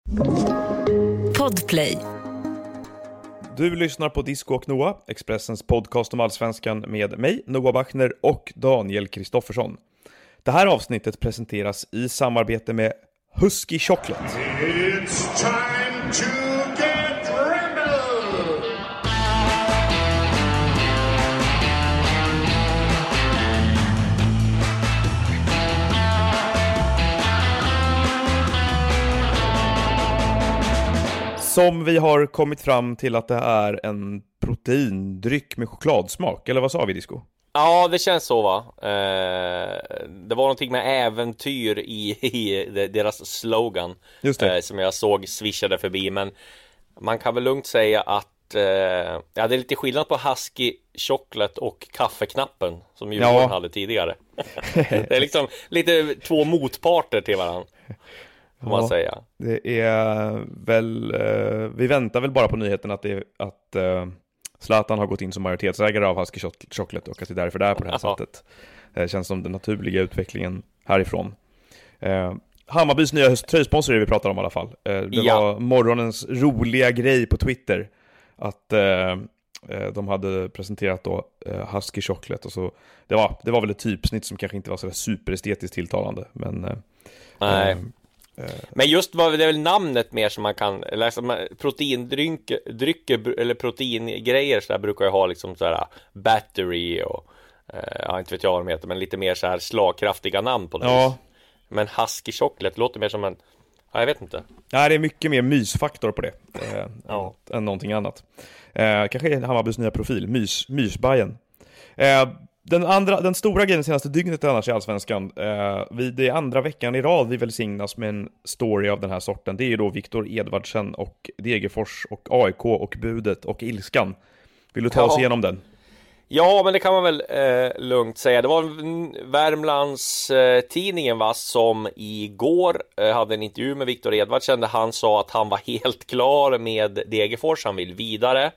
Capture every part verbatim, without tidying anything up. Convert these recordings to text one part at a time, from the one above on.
Podplay. Du lyssnar på Disco och Noah, Expressens podcast om allsvenskan med mig, Noah Bachner och Daniel Kristoffersson. Det här avsnittet presenteras i samarbete med Husky Chocolate. It's time to get rebel! Som vi har kommit fram till att det är en proteindryck med chokladsmak, eller vad sa vi, Disco? Ja, det känns så, va? Eh, det var någonting med äventyr i, i deras slogan. Just det. Eh, som jag såg swishade förbi. Men man kan väl lugnt säga att eh, ja, det är lite skillnad på Husky Chocolate och kaffeknappen som Djurgården Ja. hade tidigare. Det är liksom lite två motparter till varandra, får man Ja, säga. Det är väl, eh, vi väntar väl bara på nyheten att, det, att eh, Zlatan har gått in som majoritetsägare av Husky Chocolate och att det är därför det är på det här Ja. sättet. Det känns som den naturliga utvecklingen härifrån. Eh, Hammarbys nya tröjsponsor är det vi pratar om i alla fall. Eh, det Ja. var morgonens roliga grej på Twitter att eh, eh, de hade presenterat då eh, Husky Chocolate och så, det var, det var väl ett typsnitt som kanske inte var så där superestetiskt tilltalande, men eh, Nej. eh, Men just vad det är väl namnet mer som man kan läsa, proteindryck drycker eller proteingrejer så där brukar jag ha liksom så här battery och eh, ja, inte vet jag vad de heter, men lite mer så här slagkraftiga namn på det. ja. Men Husky Chocolate låter mer som en, ja, jag vet inte. Nej, det är mycket mer mysfaktor på det eh, Ja. än, än någonting annat. Eh, kanske är Hammarbys nya profil, mys, mysbajen. Eh, den, andra, den stora grejen senaste dygnet annars i Allsvenskan, eh, vid det andra veckan i rad vi välsignas med en story av den här sorten. Det är ju då Viktor Edvardsen och Degerfors och A I K och budet och ilskan. Vill du ta Ja. oss igenom den? Ja, men det kan man väl eh, lugnt säga. Det var Värmlands eh, tidningen, va, som igår eh, hade en intervju med Viktor Edvardsen där han sa att han var helt klar med Degerfors, han vill vidare.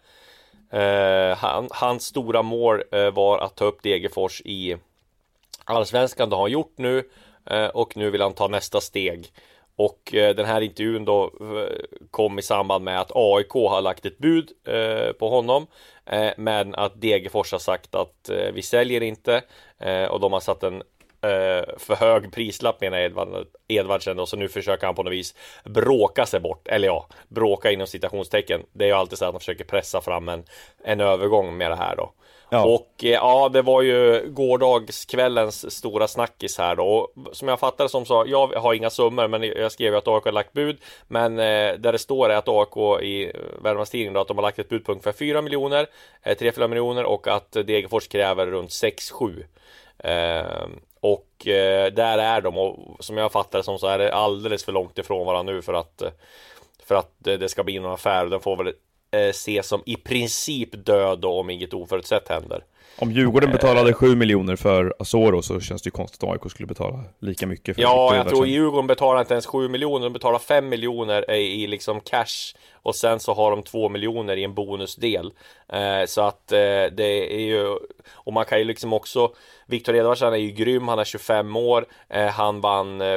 Eh, han, hans stora mål eh, var att ta upp Degerfors i Allsvenskan, det har han gjort nu, eh, och nu vill han ta nästa steg. Och eh, den här intervjun då eh, kom i samband med att A I K har lagt ett bud eh, på honom, eh, men att Degerfors har sagt att eh, vi säljer inte, eh, och de har satt en eh, för hög prislapp, menar Edvard, Edvardsen då, så nu försöker han på något vis bråka sig bort, eller ja, bråka inom citationstecken. Det är ju alltid så att man försöker pressa fram en, en övergång med det här då. Ja. Och eh, ja, det var ju gårdagskvällens stora snackis här då. Och som jag fattade som så, jag har inga summor, men jag skrev ju att A I K har lagt bud. Men eh, där det står är att A I K i Värmlands Tidning då, att de har lagt ett bud på ungefär fyra miljoner, eh, tre fyra miljoner, och att Degerfors kräver runt sex sju. Eh, och eh, där är de, och som jag fattade som så är det alldeles för långt ifrån varandra nu för att, för att det ska bli någon affär. Den får väl se som i princip död då, om inget oförutsett händer. Om Djurgården betalade sju miljoner för Asoro så känns det ju konstigt att A I K skulle betala lika mycket för Ja, Viktor jag Edvardsen. tror Djurgården betalar inte ens sju miljoner, de betalar fem miljoner i, i liksom cash, och sen så har de två miljoner i en bonusdel. Eh, så att eh, det är ju, och man kan ju liksom också, Viktor Edvardsen är ju grym, han är tjugofem år, eh, han vann eh,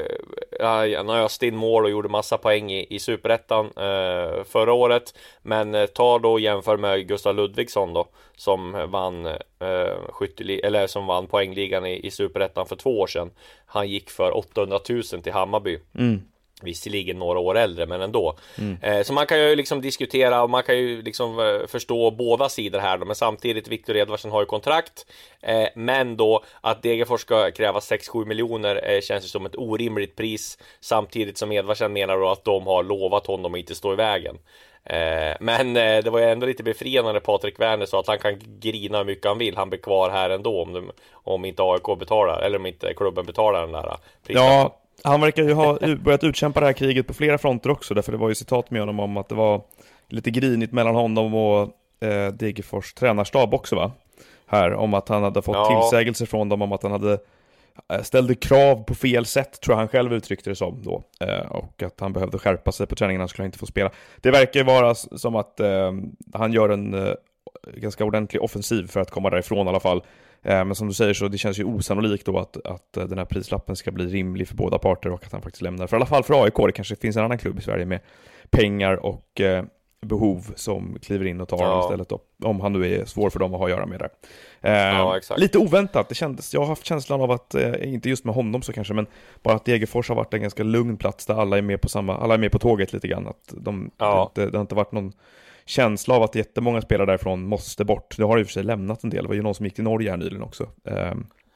han öste in mål och gjorde massa poäng i, i Superettan eh, förra året, men eh, ta då och jämför med Gustav Ludvigsson då, som vann eh, skytteli- eller som vann poängligan i, i Superettan för två år sedan. Han gick för åttahundratusen till Hammarby. Mm. Visserligen några år äldre, men ändå. Mm. Eh, så man kan ju liksom diskutera, och man kan ju liksom eh, förstå båda sidor här då, men samtidigt, Viktor Edvardsen har ju kontrakt, eh, men då att Degerfors ska kräva sex sju miljoner eh, känns ju som ett orimligt pris, samtidigt som Edvardsen menar då att de har lovat honom att inte stå i vägen. Eh, men eh, det var ju ändå lite befriande när Patrik Werner sa att han kan grina hur mycket han vill, han blir kvar här ändå om, de, om inte A I K betalar, eller om inte klubben betalar den där priset. Ja, han verkar ju ha börjat utkämpa det här kriget på flera fronter också, därför det var ju citat med honom om att det var lite grinigt mellan honom och eh, Degerfors tränarstab också, va? Här, om att han hade fått Ja. tillsägelser från dem om att han hade eh, ställde krav på fel sätt, tror jag han själv uttryckte det som då, eh, och att han behövde skärpa sig på träningarna, skulle han inte få spela. Det verkar ju vara som att eh, han gör en eh, ganska ordentlig offensiv för att komma därifrån i alla fall. Eh, men som du säger så det känns ju osannolikt då att, att den här prislappen ska bli rimlig för båda parter och att han faktiskt lämnar. För i alla fall för A I K, det kanske finns en annan klubb i Sverige med pengar och eh, behov som kliver in och tar ja. istället då, om han nu är svår för dem att ha att göra med där. Eh, ja, lite oväntat, det kändes, jag har haft känslan av att, eh, inte just med honom så kanske, men bara att Degerfors har varit en ganska lugn plats där alla är med på samma, alla är med på tåget lite grann, att de, ja. det, det har inte varit någon känsla av att jättemånga spelare därifrån måste bort. Det har ju för sig lämnat en del, det var ju någon som gick till Norge här nyligen också. Eh,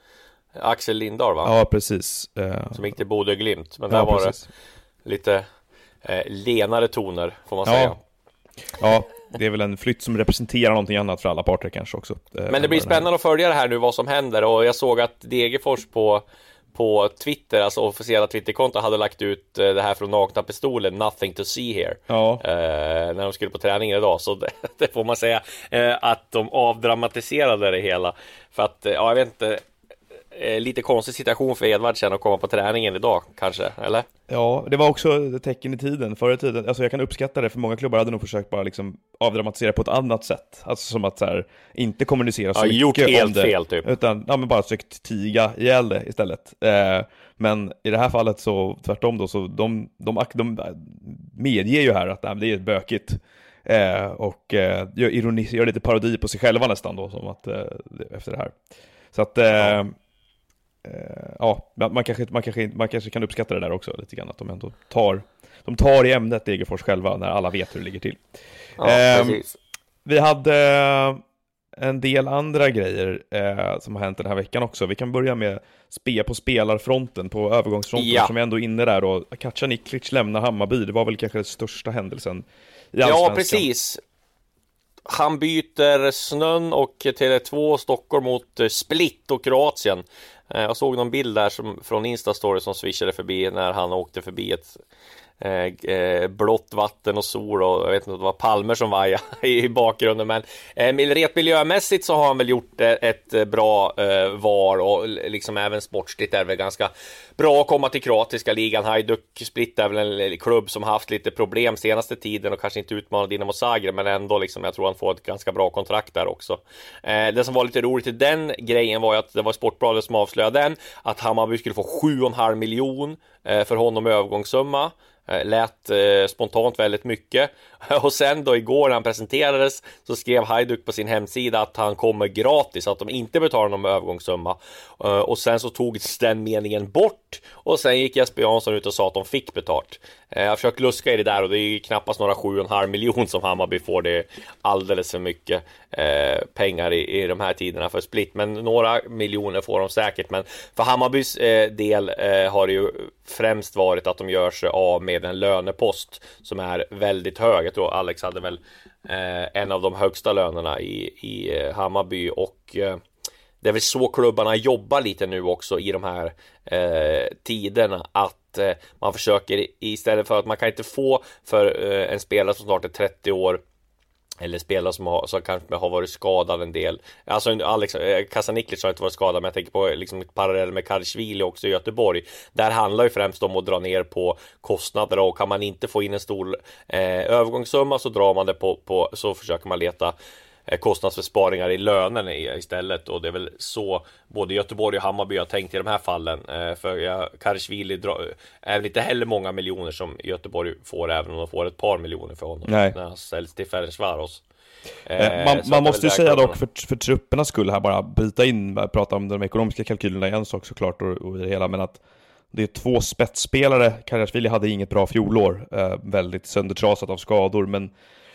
Axel Lindahl va? Ja, precis. Eh, som gick till Bodø Glimt, men ja, där var precis. det lite eh, lenare toner får man ja. säga. Ja, det är väl en flytt som representerar någonting annat för alla parter kanske också. Men det blir spännande att följa det här nu, vad som händer. Och jag såg att Degerfors på, på Twitter, alltså officiella Twitterkonto, hade lagt ut det här från nakna pistolen, nothing to see here. Ja. eh, När de skulle på träningen idag. Så det, det får man säga, eh, att de avdramatiserade det hela. För att, ja jag vet inte, lite konstig situation för Edvardsen att komma på träningen idag kanske, eller? Ja, det var också ett tecken i tiden, förr i tiden. Alltså jag kan uppskatta det, för många klubbar hade nog försökt bara liksom avdramatisera på ett annat sätt. Alltså som att så här, inte kommunicera så ja, mycket gjort om helt det, fel typ. utan ja, men bara försökt tiga ihjäl det istället. Eh, men i det här fallet så tvärtom då, så de, de, de, de medger ju här att nej, det är bökigt. Eh, och eh, gör, ironi, gör lite parodi på sig själva nästan då, som att, eh, efter det här. Så att... Eh, ja. Uh, ja, man kanske, man, kanske, man kanske kan uppskatta det där också lite grann, att de ändå tar, de tar i ämnet Degerfors själva när alla vet hur det ligger till. Ja, uh, precis. Vi hade en del andra grejer uh, som har hänt den här veckan också. Vi kan börja med spe på spelarfronten, på övergångsfronten, ja. Som är ändå inne där då. Katja Niklic lämnar Hammarby, det var väl kanske den största händelsen i Allsvenskan. Ja, precis. Han byter Snön och Tele två Stockholm mot Split och Kroatien. Jag såg någon bild där som, från Instastory som swishade förbi när han åkte förbi ett eh, blått vatten och sol, och jag vet inte om det var palmer som var i bakgrunden, men eh, rent miljömässigt så har han väl gjort ett, ett bra eh, val, och liksom även sportsligt är det väl ganska bra att komma till kroatiska ligan. Hajduk Split är väl en klubb som haft lite problem senaste tiden och kanske inte utmanat Dinamo Zagreb, men ändå liksom, jag tror han får ett ganska bra kontrakt där också. Eh, det som var lite roligt i den grejen var ju att det var Sportbladet som avslöjade den, att Hammarby skulle få sju och en halv miljon eh, för honom i övergångssumma. Lät eh, spontant väldigt mycket. Och sen då igår när han presenterades så skrev Hajduk på sin hemsida att han kommer gratis, att de inte betalar någon övergångssumma. uh, Och sen så togs den meningen bort, och sen gick Jesper Jansson ut och sa att de fick betalt. uh, Jag försöker luska i det där, och det är ju knappast några sju och en halv miljon som Hammarby får. Det är alldeles för mycket uh, pengar i, i de här tiderna för Split, men några miljoner får de säkert. Men för Hammarbys uh, del uh, har det ju främst varit att de gör sig av med en lönepost som är väldigt hög. Jag tror Alex hade väl eh, en av de högsta lönerna i, i eh, Hammarby, och eh, det är väl så klubbarna jobbar lite nu också i de här eh, tiderna, att eh, man försöker, istället för att man kan inte få för eh, en spelare som snart är trettio år, eller spelare som, har, som kanske har varit skadad en del. Alltså Alex, Katja Niklic har inte varit skadad, men jag tänker på liksom ett parallell med Karlsvili också i Göteborg. Där handlar ju främst om att dra ner på kostnader, och kan man inte få in en stor eh, övergångssumma så drar man det på, på så försöker man leta eh, kostnadsbesparingar i lönen istället. Och det är väl så både Göteborg och Hammarby har tänkt i de här fallen. Eh, för ja, Karlsvili är väl inte heller många miljoner som Göteborg får, även om de får ett par miljoner för honom. Nej. När han säljs till Ferencvaros. Eh, man man måste ju säga dock för, för truppernas skull här, bara byta in, bara prata om de ekonomiska kalkylerna, en sak såklart, och, och det hela, men att det är två spetsspelare. Karasvili hade inget bra fjolår, eh, väldigt söndertrasat av skador, men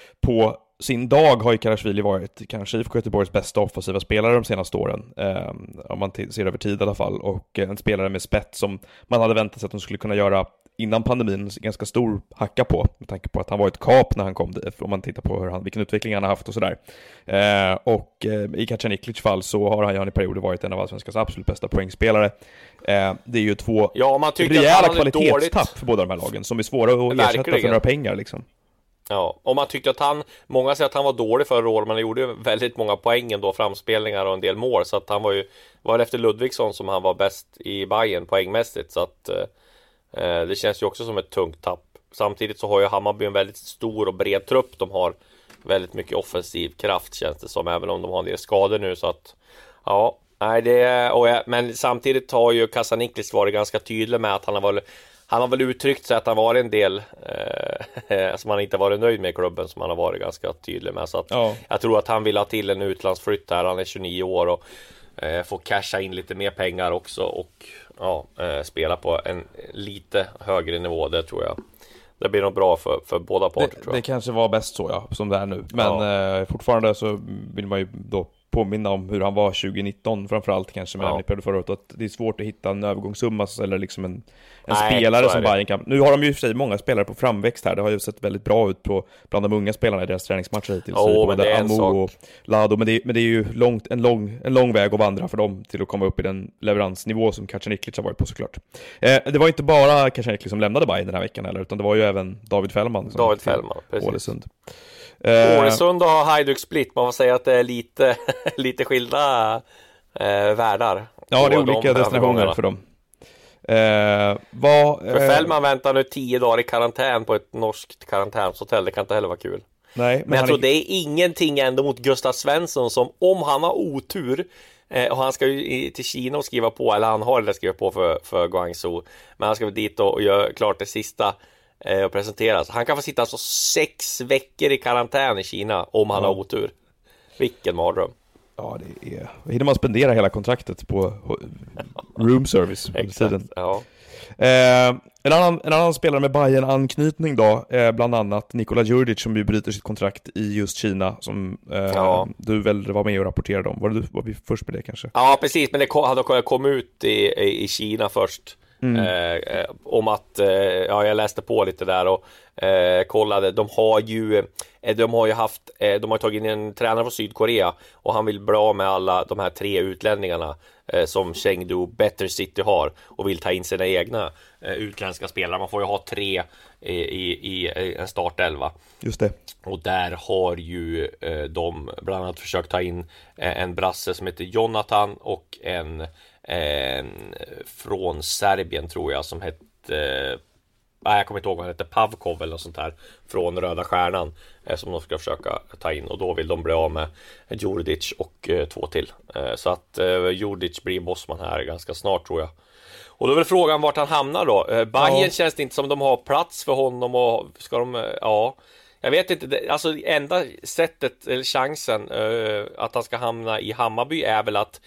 på sin dag har ju Karasvili varit kanske I F K Göteborgs bästa offensiva spelare de senaste åren, eh, om man t- ser över tid i alla fall, och en spelare med spets som man hade väntat sig att de skulle kunna göra innan pandemin ganska stor hacka på, med tanke på att han var ett kap när han kom dit, om man tittar på hur han, vilken utveckling han har haft och sådär. Eh, och eh, i Katja Niklic fall så har han i perioder varit en av allsvenskans absolut bästa poängspelare. Eh, det är ju två ja, man rejäla kvalitetstapp dåligt för båda de här lagen, som är svåra att Verkligen. ersätta för några pengar liksom. Ja, och man tyckte att han, många säger att han var dålig förra året, men han gjorde väldigt många poäng ändå, framspelningar och en del mål, så att han var ju, var efter Ludvigsson som han var bäst i Bayern poängmässigt, så att eh, det känns ju också som ett tungt tapp. Samtidigt så har ju Hammarby en väldigt stor och bred trupp, de har väldigt mycket offensiv kraft känns det som, även om de har en del skador nu, så att ja, Nej, det, och jag, men samtidigt har ju Kasaniklis varit ganska tydlig med att han har varit, han har väl uttryckt sig att han varit en del eh, som han inte varit nöjd med i klubben, som han har varit ganska tydlig med. Så att Ja. jag tror att han vill ha till en utlandsflytt här. Han är tjugonio år och eh, får casha in lite mer pengar också och ja, eh, spela på en lite högre nivå. Det tror jag. Det blir nog bra för, för båda parter, Det, tror jag. det kanske var bäst så, ja, som det är nu. Men Ja. eh, fortfarande så vill man ju då påminna om hur han var tjugonitton framförallt kanske, men Ja. även i perioden förra året, att det är svårt att hitta en övergångssumma eller liksom en, en Nej, spelare så är som det. Bayern kan. Nu har de ju i och för sig många spelare på framväxt här. Det har ju sett väldigt bra ut på bland de unga spelarna i deras träningsmatcher hittills. Jo, Så men det är en Amo sak. och Lado, men det, men det är ju långt, en, lång, en lång väg att vandra för dem till att komma upp i den leveransnivå som Kacaniklic har varit på, såklart. Eh, det var inte bara Kacaniklic som lämnade Bayern den här veckan heller, utan det var ju även David Fällman som David gick till Fällman, precis. Ålesund. Eh, Ålesund har Hajduk Split. Man får säga att det är lite, lite skilda eh, världar. Ja, det är på olika de destinationer övergångarna. för dem. Eh, vad, För eh, Fällman väntar nu tio dagar i karantän på ett norskt karantänshotell. Det kan inte heller vara kul. nej, Men jag han tror är- det är ingenting ändå mot Gustav Svensson, som om han har otur eh, och han ska ju i, till Kina och skriva på, eller han har det skriva på för, för Guangzhou, men han ska väl dit och, och göra klart det sista eh, och presenteras. Han kan få sitta alltså sex veckor i karantän i Kina om han Ja. har otur. Vilken mardröm. Ja, det är... Hinner man spendera hela kontraktet på room service under tiden. Ja. Eh, en, annan, en annan spelare med Bayern-anknytning då, eh, bland annat Nikola Djurdjic, som ju bryter sitt kontrakt i just Kina, som eh, Ja. du väl var med och rapporterade om. Var, du, var vi först med det kanske? Ja, precis, men det kom, hade kommit ut i, i, i Kina först. Mm. Eh, eh, om att, eh, ja, jag läste på lite där och eh, kollade. De har ju eh, De har ju haft eh, De har tagit in en tränare från Sydkorea, och han vill bli av med alla de här tre utlänningarna eh, som Chengdu Better City har, och vill ta in sina egna eh, utländska spelare. Man får ju ha tre i, i, i en startelva. Just det. Och där har ju eh, de bland annat försökt ta in eh, en brasse som heter Jonathan och en, en från Serbien, tror jag, som hette eh, nej, jag kommer inte ihåg vad han hette, Pavkov eller något sånt här, från Röda Stjärnan, eh, som de ska försöka ta in, och då vill de bli av med Djurdjic och eh, två till. Eh, så att eh, Djurdjic blir bossman här ganska snart, tror jag. Och då är väl frågan vart han hamnar då. Eh, Bayern Ja. känns det inte som de har plats för honom, och ska de, eh, ja, jag vet inte, det, alltså enda sättet, eller chansen eh, att han ska hamna i Hammarby är väl att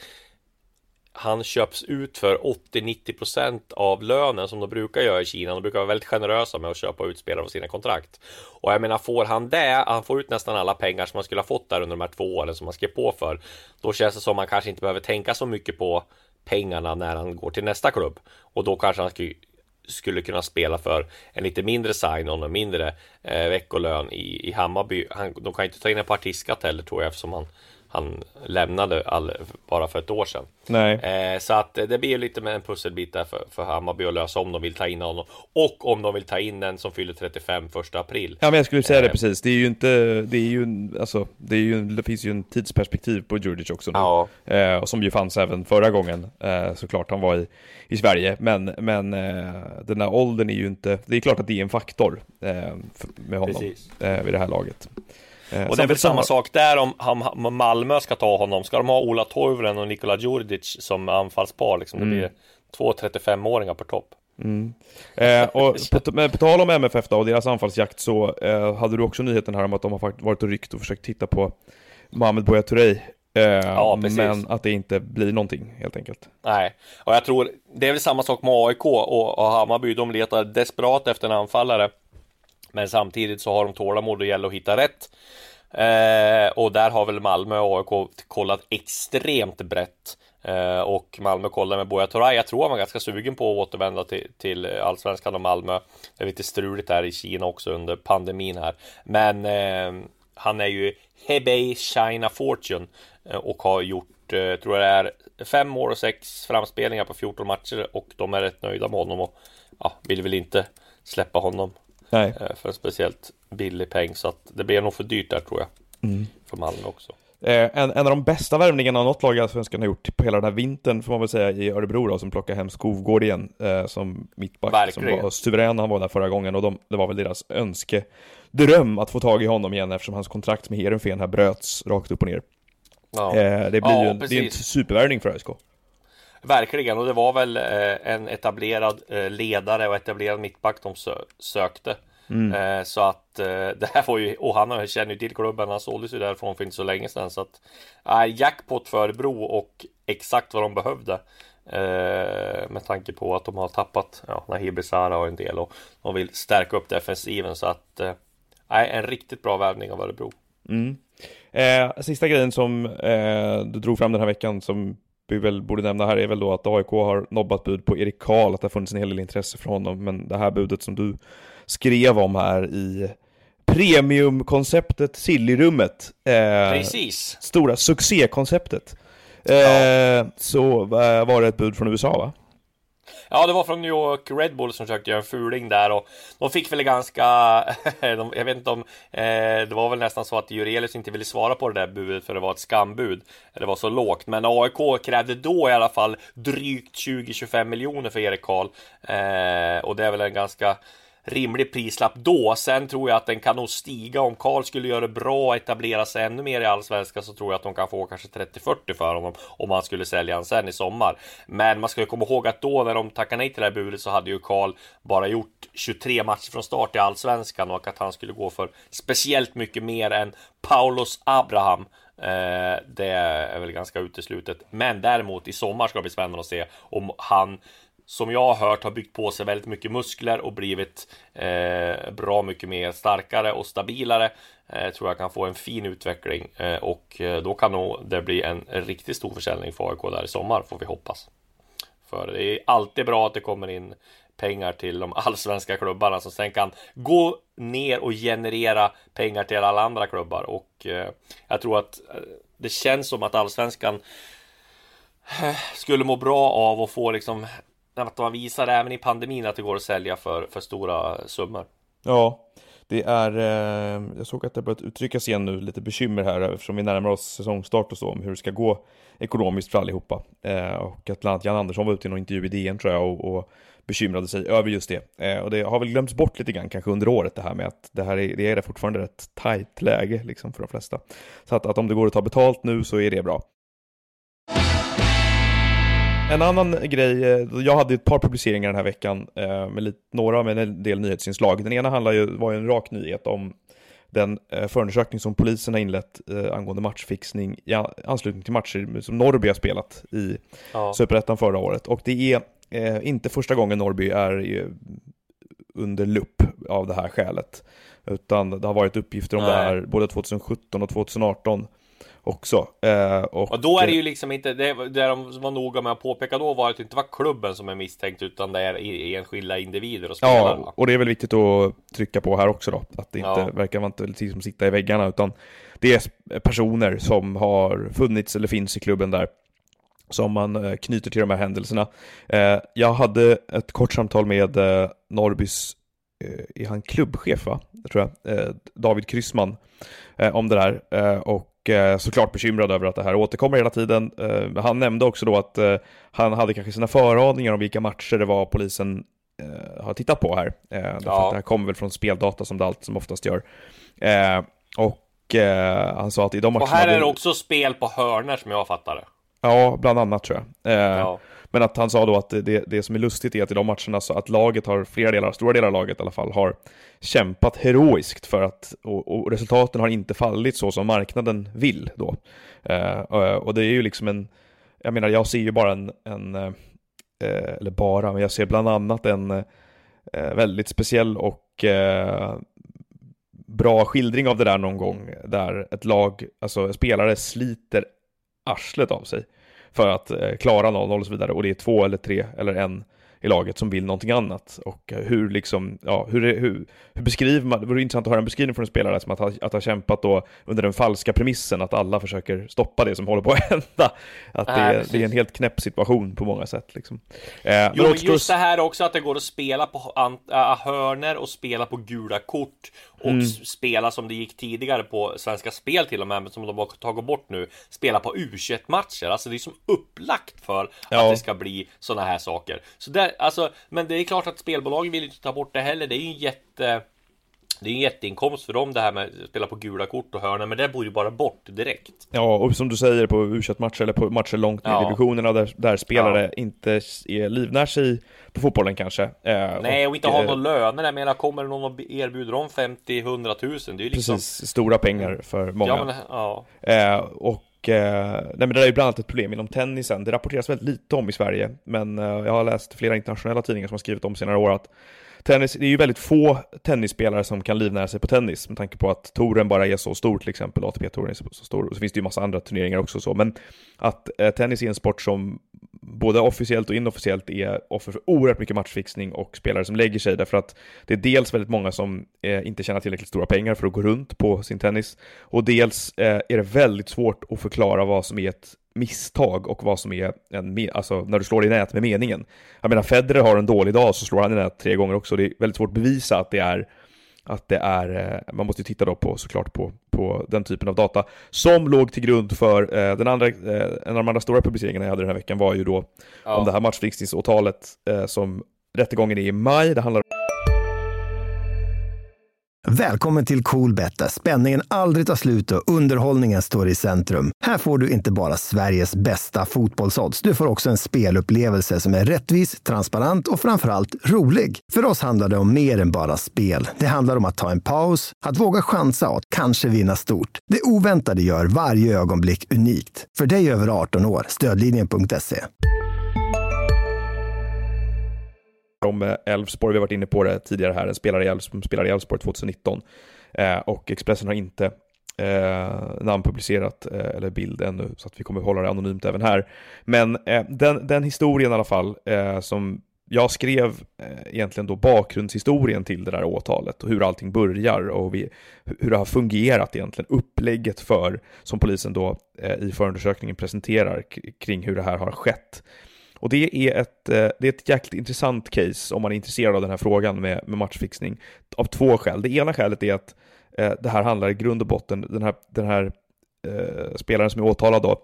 han köps ut för åttio till nittio procent av lönen, som de brukar göra i Kina. De brukar vara väldigt generösa med att köpa ut spelare på sina kontrakt. Och jag menar, får han det, han får ut nästan alla pengar som han skulle ha fått där under de här två åren som han skrev på för, då känns det som man kanske inte behöver tänka så mycket på pengarna när han går till nästa klubb. Och då kanske han skulle, skulle kunna spela för en lite mindre sign-on och mindre eh, veckolön i, i Hammarby. Han, de kan inte ta in en partiskatt heller, tror jag, eftersom han Han lämnade all, bara för ett år sedan. Nej. Eh, så att det blir ju lite med en pusselbit där för, för Hammarby att lösa, om de vill ta in honom. Och om de vill ta in en som fyller trettiofem första april. Ja, men jag skulle säga det Eh. precis. Det är ju inte, det är ju, alltså, det är ju, det finns ju en tidsperspektiv på Djurdjic också nu. Ja. Eh, och som ju fanns även förra gången, eh, såklart han var i, i Sverige. Men, men eh, den här åldern är ju inte, det är klart att det är en faktor eh, med honom eh, vid det här laget. Eh, Och det är väl samma sak där om, om Malmö ska ta honom. Ska de ha Ola Toivonen och Nikola Djurdjic som anfallspar liksom? Det Mm. blir två trettiofem-åringar på topp. Mm. Eh, och på, med, på tal om M F F då, och deras anfallsjakt, så eh, hade du också nyheten här om att de har fakt- varit och ryckt och försökt titta på Mohamed Buya Touré. Eh, Ja, precis. men att det inte blir någonting, helt enkelt. Nej, och jag tror det är väl samma sak med A I K och, och Hammarby. De letar desperat efter en anfallare, men samtidigt så har de tålamod och gäller att hitta rätt. Eh, och där har väl Malmö och A I K kollat extremt brett. Eh, och Malmö kollar med Buya Touré. Jag tror han var ganska sugen på att återvända till, till Allsvenskan och Malmö. Det är lite struligt där i Kina också under pandemin här. Men eh, han är ju Hebei China Fortune eh, och har gjort, eh, tror jag det är fem år och sex framspelningar på fjorton matcher, och de är rätt nöjda med honom och ja, vill väl inte släppa honom Nej. eh, för en speciellt billig peng, så att det blir nog för dyrt där, tror jag. Mm. För Malmö också. Eh, en, en av de bästa värvningarna något lag i Allsvenskan har gjort på hela den här vintern, får man väl säga, i Örebro då, som plockar hem Skovgård igen eh, som mittback. Verkligen. Som var suverän, han var där förra gången, och de, det var väl deras önskedröm att få tag i honom igen, eftersom hans kontrakt med Heerenveen här bröts rakt upp och ner. Ja. Eh, det blir Ja, ju en, det är en supervärvning för ÖSK. Verkligen, och det var väl eh, en etablerad eh, ledare och etablerad mittback de sö- sökte. Mm. Eh, så att eh, det här var ju, och han känner ju till klubben, han såldes ju därifrån för inte så länge sedan. Så att eh, jackpot för Bro och exakt vad de behövde. Eh, med tanke på att de har tappat ja, Nahir Besara och en del, och de vill stärka upp defensiven. Så att eh, en riktigt bra värvning av Örebro. Mm. Eh, sista grejen som eh, du drog fram den här veckan som vi väl borde nämna här är väl då att A I K har nobbat bud på Erik Karl, att det har funnits en hel del intresse från honom, men det här budet som du skrev om här i premiumkonceptet Sillyrummet, eh, Precis. Stora succékonceptet, eh, ja. Så eh, var det ett bud från U S A, va? Ja, det var från New York Red Bull som försökte göra en fuling där, och de fick väl ganska de, jag vet inte om eh, det var väl nästan så att Jurelius inte ville svara på det där budet för det var ett skambud, det var så lågt, men A I K krävde då i alla fall drygt tjugo till tjugofem miljoner för Erik Karl, eh, och det är väl en ganska rimlig prislapp då. Sen tror jag att den kan nog stiga om Karl skulle göra det bra och etablera sig ännu mer i Allsvenskan, så tror jag att de kan få kanske trettio till fyrtio för honom om man skulle sälja han sen i sommar. Men man ska ju komma ihåg att då när de tackade nej till det här budet så hade ju Karl bara gjort tjugotre matcher från start i Allsvenskan, och att han skulle gå för speciellt mycket mer än Paulos Abraham, eh, det är väl ganska uteslutet. Men däremot i sommar ska det bli spännande att se om han, som jag har hört, har byggt på sig väldigt mycket muskler och blivit eh, bra mycket mer starkare och stabilare. Eh, tror jag kan få en fin utveckling, eh, och eh, då kan nog det bli en, en riktigt stor försäljning för A I K där i sommar, får vi hoppas. För det är alltid bra att det kommer in pengar till de allsvenska klubbarna som sen kan gå ner och generera pengar till alla andra klubbar. Och eh, jag tror att eh, det känns som att allsvenskan eh, skulle må bra av att få liksom, att man visar även i pandemin att det går att sälja för, för stora summor. Ja, det är, eh, jag såg att det börjat uttryckas igen nu lite bekymmer här eftersom vi närmar oss säsongstart och så, om hur det ska gå ekonomiskt för allihopa. Eh, och att bland annat Jan Andersson var ute i någon intervju i D N tror jag och, och bekymrade sig över just det. Eh, och det har väl glömts bort lite grann kanske under året, det här med att det här är, det är fortfarande ett tajt läge liksom för de flesta. Så att, att om det går att ta betalt nu så är det bra. En annan grej, jag hade ett par publiceringar den här veckan med lite, några med en del nyhetsinslag. Den ena handlar ju, var ju en rak nyhet om den förundersökning som polisen har inlett angående matchfixning i anslutning till matcher som Norrby har spelat i ja. Superettan förra året. Och det är eh, inte första gången Norrby är under lupp av det här skälet. Utan det har varit uppgifter om Nej. det här både tjugohundrasjutton och tjugoarton också. Eh, och, och då är det ju liksom inte, det, det de var noga med att påpeka då var att det inte var klubben som är misstänkt, utan det är enskilda individer och spelare. Ja, och det är väl viktigt att trycka på här också då, att det inte ja. verkar vara inte liksom sitta i väggarna, utan det är personer som har funnits eller finns i klubben där som man knyter till de här händelserna. Eh, jag hade ett kort samtal med eh, Norrbys eh, är han klubbchef va? Jag tror jag, eh, David Kryssman eh, om det där eh, och såklart bekymrad över att det här återkommer hela tiden. Uh, han nämnde också då att uh, han hade kanske sina föraningar om vilka matcher det var polisen uh, har tittat på här. Uh, därför ja. att det här kommer väl från speldata som det allt som oftast gör. Uh, och uh, han sa att i de matcherna... Och här är det också spel på hörner som jag fattar det. Ja, bland annat tror jag. Uh, ja. Men att han sa då att det, det som är lustigt är att i de matcherna så att laget har, flera delar, stora delar av laget i alla fall, har kämpat heroiskt för att, och, och resultaten har inte fallit så som marknaden vill då. Uh, och det är ju liksom en, jag menar jag ser ju bara en, en uh, eller bara, men jag ser bland annat en uh, väldigt speciell och uh, bra skildring av det där någon gång, där ett lag, alltså spelare sliter arslet av sig för att eh, klara noll noll och så vidare, och det är två eller tre eller en i laget som vill någonting annat. Och hur liksom, ja, hur, hur, hur beskriver man, det vore intressant att höra en beskrivning från en spelare som att ha, att ha kämpat då under den falska premissen att alla försöker stoppa det som håller på att hända. Att det, äh, det är en helt knäpp situation på många sätt liksom. Eh, jo, men just det här också att det går att spela på äh, hörner och spela på gula kort och mm. spela som det gick tidigare på Svenska Spel till och med, men som de har tagit bort nu, spela på U tjugoett-matcher. Alltså det är som upplagt för ja. att det ska bli såna här saker. Så där, alltså, men det är klart att spelbolagen vill inte ta bort det heller. Det är ju en jätte Det är en jätteinkomst för dem det här med att spela på gula kort och hörna, men det borde ju bara bort direkt. Ja, och som du säger på U tjugoett-matcher eller på matcher långt ner i Ja. divisionerna där, där spelare Ja. inte är livnär sig på fotbollen kanske. Eh, Nej, och inte och, ha eh, någon löner. Jag menar, kommer det någon och erbjuder om femtio till hundra tusen? Det är ju liksom... Precis, stora pengar för många. Ja, men, ja. Eh, och eh, nej, men det är ju bland annat ett problem inom tennisen. Det rapporteras väldigt lite om i Sverige, men eh, jag har läst flera internationella tidningar som har skrivit om senare år att tennis, det är ju väldigt få tennisspelare som kan livnära sig på tennis, med tanke på att touren bara är så stor, till exempel A T P-touren är så, så stor, och så finns det ju massa andra turneringar också så, men att eh, tennis är en sport som både officiellt och inofficiellt är offer för oerhört mycket matchfixning och spelare som lägger sig, därför att det är dels väldigt många som eh, inte tjänar tillräckligt stora pengar för att gå runt på sin tennis, och dels eh, är det väldigt svårt att förklara vad som är ett misstag och vad som är en me- alltså när du slår i nät med meningen. Jag menar, Federer har en dålig dag så slår han i nät tre gånger också. Det är väldigt svårt att bevisa att det är att det är, man måste ju titta då på såklart på, på den typen av data som låg till grund för eh, den andra, eh, en av de andra stora publiceringarna jag hade den här veckan var ju då Ja. om det här matchfixningsåtalet eh, som rättegången är i maj. Det handlar Välkommen till Coolbet där spänningen aldrig tar slut och underhållningen står i centrum. Här får du inte bara Sveriges bästa fotbollsodds. Du får också en spelupplevelse som är rättvis, transparent och framförallt rolig. För oss handlar det om mer än bara spel. Det handlar om att ta en paus, att våga chansa och att kanske vinna stort. Det oväntade gör varje ögonblick unikt. För dig över arton år, stödlinjen punkt se. om Elfsborg, vi har varit inne på det tidigare här, en spelare i Elfsborg, spelare i Elfsborg tjugonitton, eh, och Expressen har inte eh, namnpublicerat eh, eller bild ännu, så att vi kommer hålla det anonymt även här. Men eh, den, den historien i alla fall eh, som jag skrev eh, egentligen då bakgrundshistorien till det där åtalet och hur allting börjar och vi, hur det har fungerat egentligen, upplägget för som polisen då eh, i förundersökningen presenterar k- kring hur det här har skett. Och det är ett, det är ett jäkligt intressant case om man är intresserad av den här frågan med, med matchfixning av två skäl. Det ena skälet är att eh, det här handlar i grund och botten, den här, den här eh, spelaren som är åtalad då,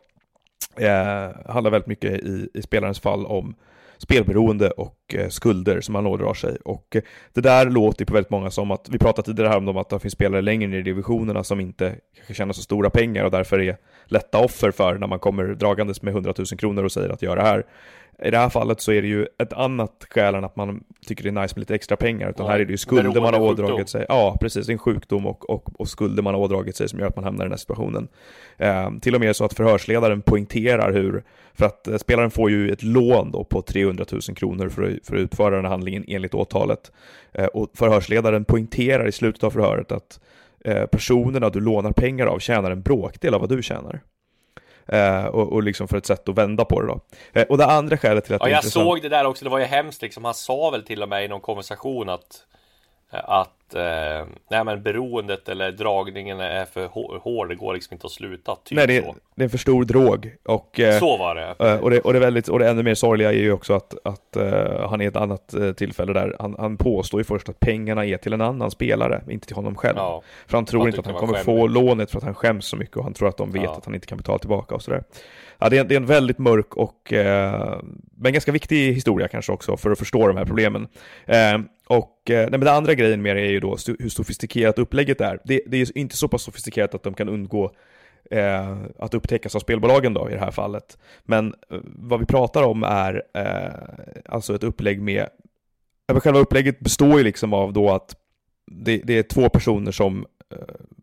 eh, handlar väldigt mycket i, i spelarens fall om spelberoende och eh, skulder som man ådrar sig. Och eh, det där låter på väldigt många som att, vi pratade tidigare här om att det finns spelare längre ner i divisionerna som inte kanske tjänar så stora pengar och därför är lätta offer för när man kommer dragandes med hundratusen kronor och säger att göra det här. I det här fallet så är det ju ett annat skäl än att man tycker det är nice med lite extra pengar, utan ja, här är det ju skulder man har ådragit sig. Ja, precis, det är en sjukdom och, och, och skulder man har ådragit sig som gör att man hamnar i den här situationen. Eh, till och med så att förhörsledaren poängterar hur, för att eh, spelaren får ju ett lån då på trehundratusen kronor för att, för att utföra den här handlingen enligt åtalet. Eh, och förhörsledaren poängterar i slutet av förhöret att eh, personerna du lånar pengar av tjänar en bråkdel av vad du tjänar. Uh, och, och liksom för ett sätt att vända på det då. Uh, och det andra skälet till att ja, det är jag intressant... såg det där också, det var ju hemskt liksom. Han sa väl till och med i någon konversation att att eh, nej men beroendet eller dragningen är för hård, det går liksom inte att sluta typ. Nej, det är, så. det är en för stor drog och, eh, så var det. Uh, och det och det är väldigt, och det ännu mer sorgliga är ju också att, att uh, han är ett annat uh, tillfälle där han, han påstår ju först att pengarna är till en annan spelare, inte till honom själv. Ja, för han tror han inte att han kommer få lånet för att han skäms så mycket och han tror att de vet ja. att han inte kan betala tillbaka och sådär. Ja, det är, det är en väldigt mörk och eh, men ganska viktig historia kanske också för att förstå de här problemen. Eh, och eh, nej, men det andra grejen med det är ju då hur sofistikerat upplägget är. Det, det är inte så pass sofistikerat att de kan undgå eh, att upptäckas av spelbolagen då i det här fallet. Men eh, vad vi pratar om är eh, alltså ett upplägg med, eh, själva upplägget består ju liksom av då att det, det är två personer som eh,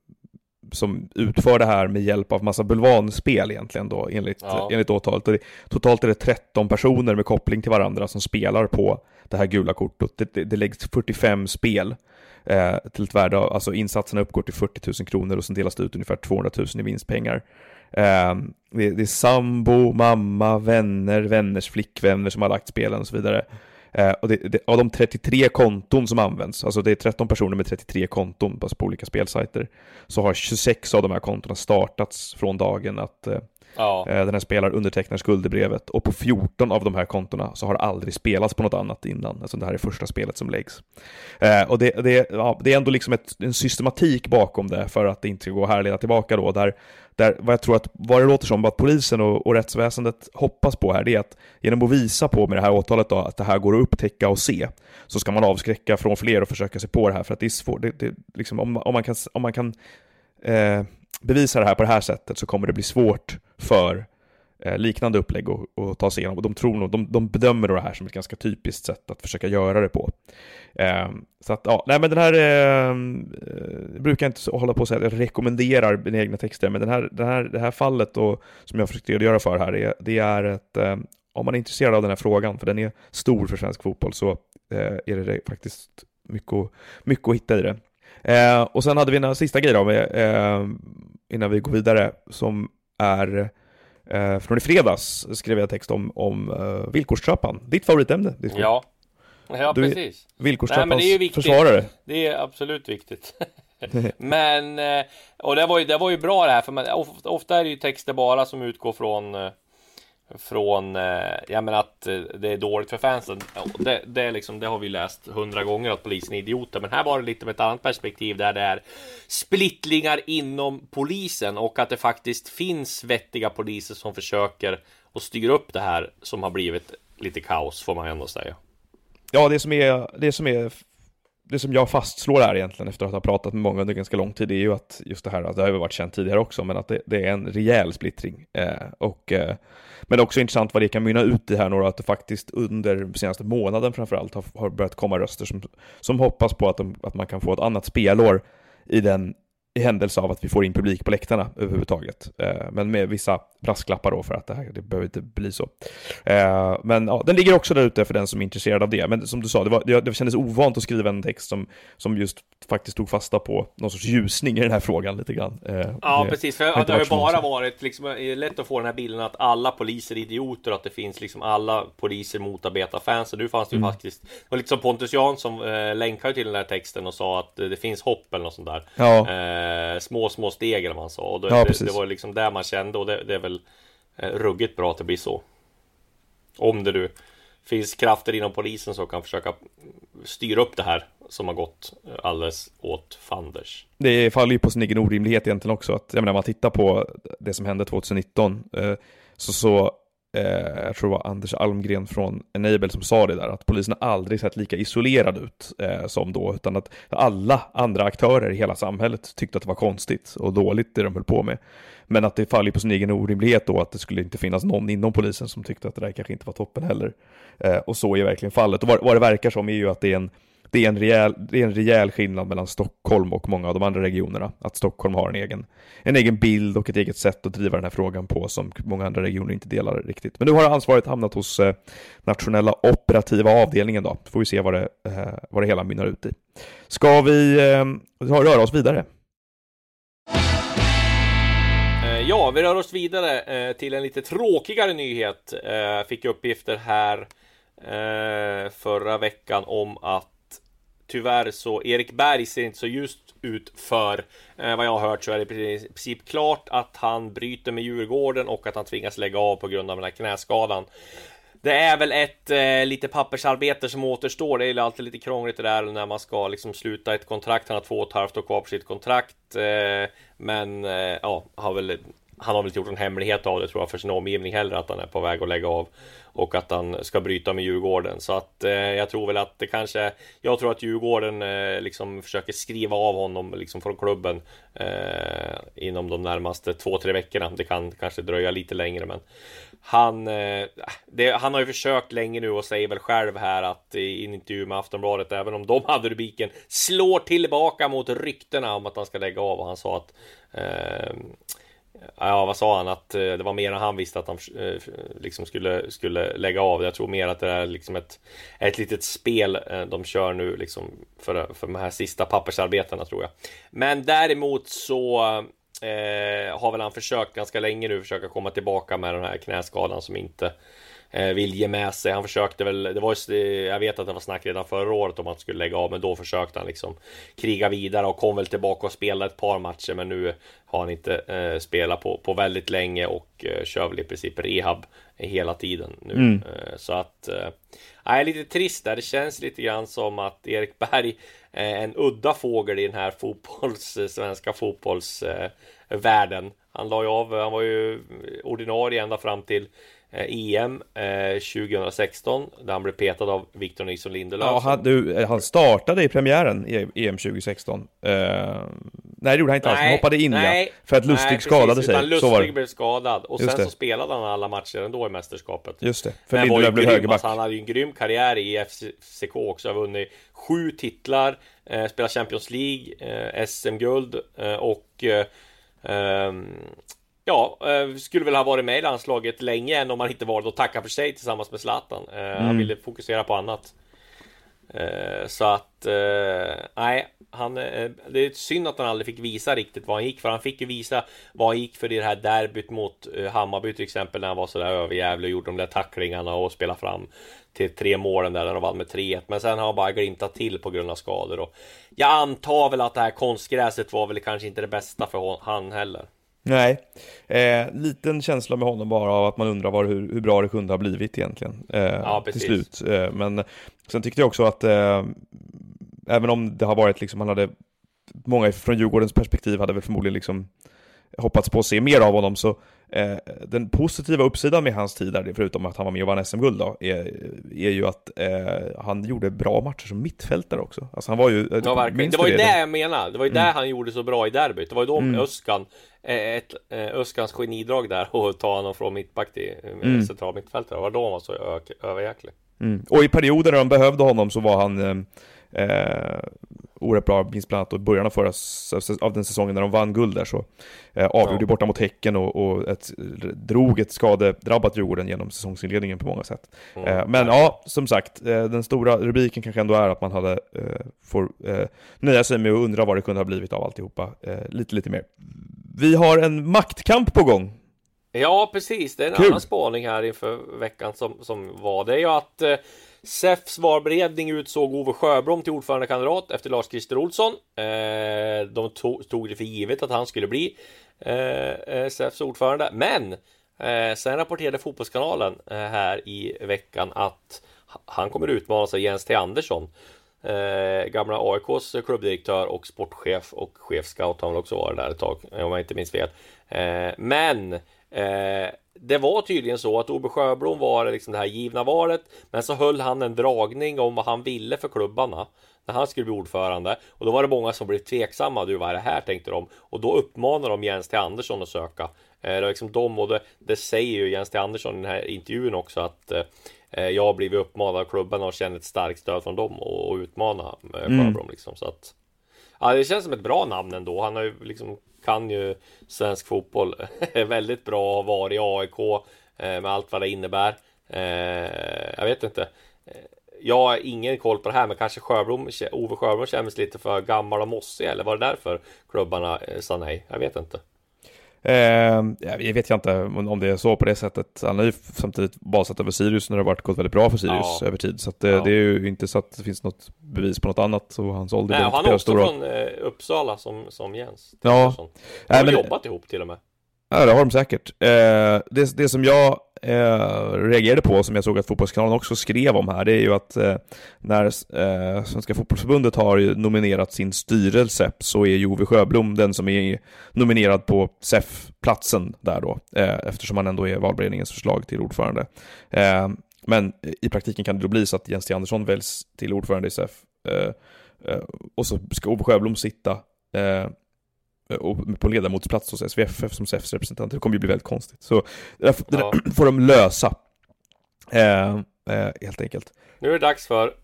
som utför det här med hjälp av massa bulvanspel egentligen då, enligt, ja. enligt åtalet. Och det, totalt är det tretton personer med koppling till varandra som spelar på det här gula kortet. Det, det, det läggs fyrtiofem spel eh, till ett värde av, alltså insatserna uppgår till fyrtio tusen kronor och sen delas det ut ungefär tvåhundratusen i vinstpengar. Eh, det, det är sambo, mamma, vänner, vänners flickvänner som har lagt spelen och så vidare. Uh, och det, det, av de trettiotre konton som används, alltså det är tretton personer med trettiotre konton alltså på olika spelsajter, så har tjugosex av de här kontona startats från dagen att uh, Ja. Den här spelaren undertecknar skuldebrevet, och på fjorton av de här kontona så har det aldrig spelats på något annat innan. Alltså det här är första spelet som läggs. Eh, och det, det, ja, det är ändå liksom ett, en systematik bakom det för att det inte ska gå att härleda tillbaka då. Där, där vad jag tror att vad det låter som att polisen och, och rättsväsendet hoppas på här, det är att genom att visa på med det här åtalet då, att det här går att upptäcka och se, så ska man avskräcka från fler och försöka se på det här. För att det är svårt, det, det, liksom, om, om man kan, om man kan eh, bevisa det här på det här sättet, så kommer det bli svårt för eh, liknande upplägg och, och ta sig igenom. Och de tror nog, de, de bedömer det här som ett ganska typiskt sätt att försöka göra det på. Eh, så att, ja, nej men den här eh, brukar jag inte hålla på att säga att jag rekommenderar mina egna texter, men den här, den här, det här fallet då, som jag försökte göra för här, är, det är ett, eh, om man är intresserad av den här frågan, för den är stor för svensk fotboll, så eh, är det faktiskt mycket, mycket att hitta i det. Eh, och sen hade vi en sista grej då med, eh, innan vi går vidare, som är eh, från i fredags skrev jag text om, om eh, villkorstrappan, ditt favoritämne. Ditt ja, ja du precis. Villkorstrappans försvarare. Det är absolut viktigt. Men, och det var, ju, det var ju bra det här, för man, ofta, ofta är det ju texter bara som utgår från från, ja men att det är dåligt för fansen. Det, det, är liksom, det har vi läst hundra gånger, att polisen är idioter. Men här var det lite med ett annat perspektiv, där det är splittringar inom polisen, och att det faktiskt finns vettiga poliser som försöker att styra upp det här som har blivit lite kaos, får man ändå säga. Ja, det som är det som är det som jag fastslår här egentligen, efter att ha pratat med många under ganska lång tid, är ju att just det här, att det har ju varit känt tidigare också, men att det, det är en rejäl splittring. Eh, och, eh, men det är också intressant vad det kan mynna ut i här, några, att det faktiskt under den senaste månaden framförallt har, har börjat komma röster som, som hoppas på att, de, att man kan få ett annat spelår i den i händelse av att vi får in publik på läktarna överhuvudtaget. Eh, men med vissa brasklappar då, för att det här det behöver inte bli så. Eh, men ja, den ligger också där ute för den som är intresserad av det. Men som du sa, det, var, det, det kändes ovant att skriva en text som, som just faktiskt tog fasta på någon sorts ljusning i den här frågan lite grann. Eh, ja, det, precis. För det har ju bara varit liksom, lätt att få den här bilden att alla poliser är idioter, att det finns liksom alla poliser motarbetar fans. Så nu fanns det ju mm. faktiskt, det var liksom Pontus Jansson eh, länkade till den här texten och sa att eh, det finns hopp eller något sånt där. Ja. Eh, små, små steg eller man sa. Och då, ja, det, det var liksom där man kände, och det, det är väl eh, ruggigt bra att det blir så. Om det nu finns krafter inom polisen som kan försöka styra upp det här som har gått alldeles åt fanders. Det faller ju på sin egen orimlighet egentligen också. Att, jag menar, när man tittar på det som hände tjugonitton eh, så, så eh, jag tror det var Anders Almgren från Enable som sa det där, att polisen aldrig sett lika isolerad ut eh, som då, utan att alla andra aktörer i hela samhället tyckte att det var konstigt och dåligt det de höll på med. Men att det faller på sin egen orimlighet då, att det skulle inte finnas någon inom polisen som tyckte att det där kanske inte var toppen heller. Eh, och så är verkligen fallet. Och vad, vad det verkar som är ju att det är en Det är, en rejäl, det är en rejäl skillnad mellan Stockholm och många av de andra regionerna. Att Stockholm har en egen, en egen bild och ett eget sätt att driva den här frågan på som många andra regioner inte delar riktigt. Men nu har ansvaret hamnat hos eh, nationella operativa avdelningen då. Får vi se vad det, eh, vad det hela mynnar ut i. Ska vi eh, röra oss vidare? Ja, vi rör oss vidare eh, till en lite tråkigare nyhet. Eh, fick uppgifter här eh, förra veckan om att tyvärr så Erik Berg ser inte så just ut för eh, vad jag har hört, så är det i princip klart att han bryter med Djurgården och att han tvingas lägga av på grund av den här knäskadan. Det är väl ett eh, lite pappersarbete som återstår. Det är alltid lite krångligt det där när man ska liksom sluta ett kontrakt. Han har två och ett halvt år kvar på sitt kontrakt. Eh, men eh, ja, har väl, han har väl inte gjort en hemlighet av det, tror jag, för sin omgivning heller, att han är på väg att lägga av och att han ska bryta med Djurgården. Så att eh, jag tror väl att det kanske, jag tror att Djurgården eh, liksom försöker skriva av honom liksom från klubben eh, inom de närmaste två, tre veckorna. Det kan kanske dröja lite längre, men han, eh, det, han har ju försökt länge nu och säger väl själv här att i en intervju med Aftonbladet, även om de hade rubriken slår tillbaka mot ryktena om att han ska lägga av, och han sa att eh, ja, vad sa han? Att det var mer än han visste att han liksom skulle, skulle lägga av. Jag tror mer att det är liksom ett, ett litet spel de kör nu liksom för, för de här sista pappersarbetena, tror jag. Men däremot så eh, har väl han försökt ganska länge nu försöka komma tillbaka med den här knäskadan som inte eh, vill ge med sig. Han försökte väl, det var ju, jag vet att det var snack redan förra året om att han skulle lägga av, men då försökte han liksom kriga vidare och kom väl tillbaka och spela ett par matcher, men nu har han inte eh, spelat på, på väldigt länge och eh, kör väl i princip rehab hela tiden nu. Mm. Eh, så att eh, är lite trist där. Det känns lite grann som att Erik Berg är en udda fågel i den här fotbolls, svenska fotbollsvärlden. Eh, han la ju av, han var ju ordinarie ända fram till E M eh, tjugohundrasexton där han blev petad av Victor Nilsson Lindelöf. Ja, han, du, han startade i premiären i E M tjugohundrasexton. Uh, nej, det gjorde han inte alls. Han hoppade in nej, ja, för att Lustig nej, skadade precis, sig. Utan Lustig så var blev skadad och sen så spelade han alla matcher ändå i mästerskapet. Just det, för Lindelöf blev högerback. Alltså, han hade ju en grym karriär i F C K också. Har vunnit sju titlar, eh, spelat Champions League, eh, S M-guld eh, och eh, ja, skulle väl ha varit med i landslaget länge än om man inte valde att tacka för sig tillsammans med Zlatan. Mm. Han ville fokusera på annat. Så att, nej, han, det är synd att han aldrig fick visa riktigt vad han gick för. Han fick ju visa vad han gick för i det här derbyt mot Hammarby till exempel, när han var sådär överjävlig och gjorde de där tacklingarna och spelade fram till tre målen där, där de vann med tre ett. Men sen har han bara glimtat till på grund av skador. Och jag antar väl att det här konstgräset var väl kanske inte det bästa för han heller. Nej, eh, liten känsla med honom bara av att man undrar var, hur, hur bra det kunde ha blivit egentligen eh, ja, till slut. Eh, men sen tyckte jag också att eh, även om det har varit liksom, han hade, många från Djurgårdens perspektiv hade väl förmodligen liksom hoppats på att se mer av honom, så eh, den positiva uppsidan med hans tid där, förutom att han var med och vann S M-guld då, är, är ju att eh, han gjorde bra matcher som mittfältare också. Alltså han var ju eh, ja, verkligen. Det var ju det, det jag menar. Det var ju mm. där han gjorde så bra i derbyt. Det var ju då mm. Öskan ett eh, Öskans genidrag där och ta honom från mittback till mm. central mittfältare. Det var då han var så ö- överjäklig. Mm. Och i perioder när de behövde honom så var han eh, Eh, oerhört bra, minst bland annat i början av, förra, av den säsongen när de vann guld där, så eh, avgjorde ja. borta mot Häcken och, och ett, drog ett skadedrabbat Djurgården genom säsongsinledningen på många sätt. Mm. Eh, men ja, som sagt, eh, den stora rubriken kanske ändå är att man hade eh, får eh, nöja sig med att undra vad det kunde ha blivit av alltihopa eh, lite lite mer. Vi har en maktkamp på gång. Ja, precis. Det är en Kul. annan spaning här inför veckan som, som var. Det är ju att eh, S E Fs valberedning utsåg Ove Sjöblom till ordförandekandidat efter Lars-Christer Olsson. Eh, de tog, tog det för givet att han skulle bli eh, S E Fs ordförande. Men eh, sen rapporterade Fotbollskanalen eh, här i veckan att han kommer utmana sig Jens T. Andersson. Eh, gamla A I K:s klubbdirektör och sportchef och chefscout har han också varit där ett tag, om jag inte minns fel. Eh, men eh, det var tydligen så att Ove Sjöblom var liksom det här givna valet, men så höll han en dragning om vad han ville för klubbarna när han skulle bli ordförande, och då var det många som blev tveksamma. Du, vad är det här, tänkte de, och då uppmanade de Jens T. Andersson att söka. Eh, det var liksom de, och det, det säger ju Jens T. Andersson i den här intervjun också, att eh, jag har blivit uppmanad av klubbarna och känner ett starkt stöd från dem och, och utmana eh, Sjöblom mm. liksom, så att ja, det känns som ett bra namn ändå. Han har ju liksom, kan ju svensk fotboll väldigt bra, var i A I K eh, med allt vad det innebär. Eh, jag vet inte. Jag har ingen koll på det här, men kanske Sjöblom, Ove Sjöblom känns lite för gammal och mossig, eller var det därför klubbarna eh, sa nej? Jag vet inte. Eh, jag vet inte om det är så på det sättet. Han har ju samtidigt basat över Sirius när det har varit gått väldigt bra för Sirius ja. över tid. Så att det, ja. det är ju inte så att det finns något bevis på något annat. Och hans ålder. Nej, han är också från eh, Uppsala som, som Jens. Ja. De har äh, men, jobbat ihop till och med. Ja, det har de säkert. Eh, det, det som jag eh, reagerade på, som jag såg att Fotbollskanalen också skrev om här, det är ju att eh, när eh, Svenska Fotbollsförbundet har nominerat sin styrelse, så är ju Ove Sjöblom den som är nominerad på S E F-platsen där då, eh, eftersom han ändå är valberedningens förslag till ordförande. Eh, men i praktiken kan det då bli så att Jens T. Andersson väljs till ordförande i S E F, eh, eh, och så ska Ove Sjöblom sitta eh, och på ledamotsplats hos S V F F som S E Fs representant. Det kommer ju bli väldigt konstigt. Så det där, ja. det där får de lösa. Eh, eh, helt enkelt. Nu är det dags för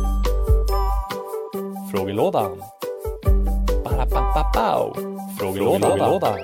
Frågelådan. Frågelådan. Frågelådan.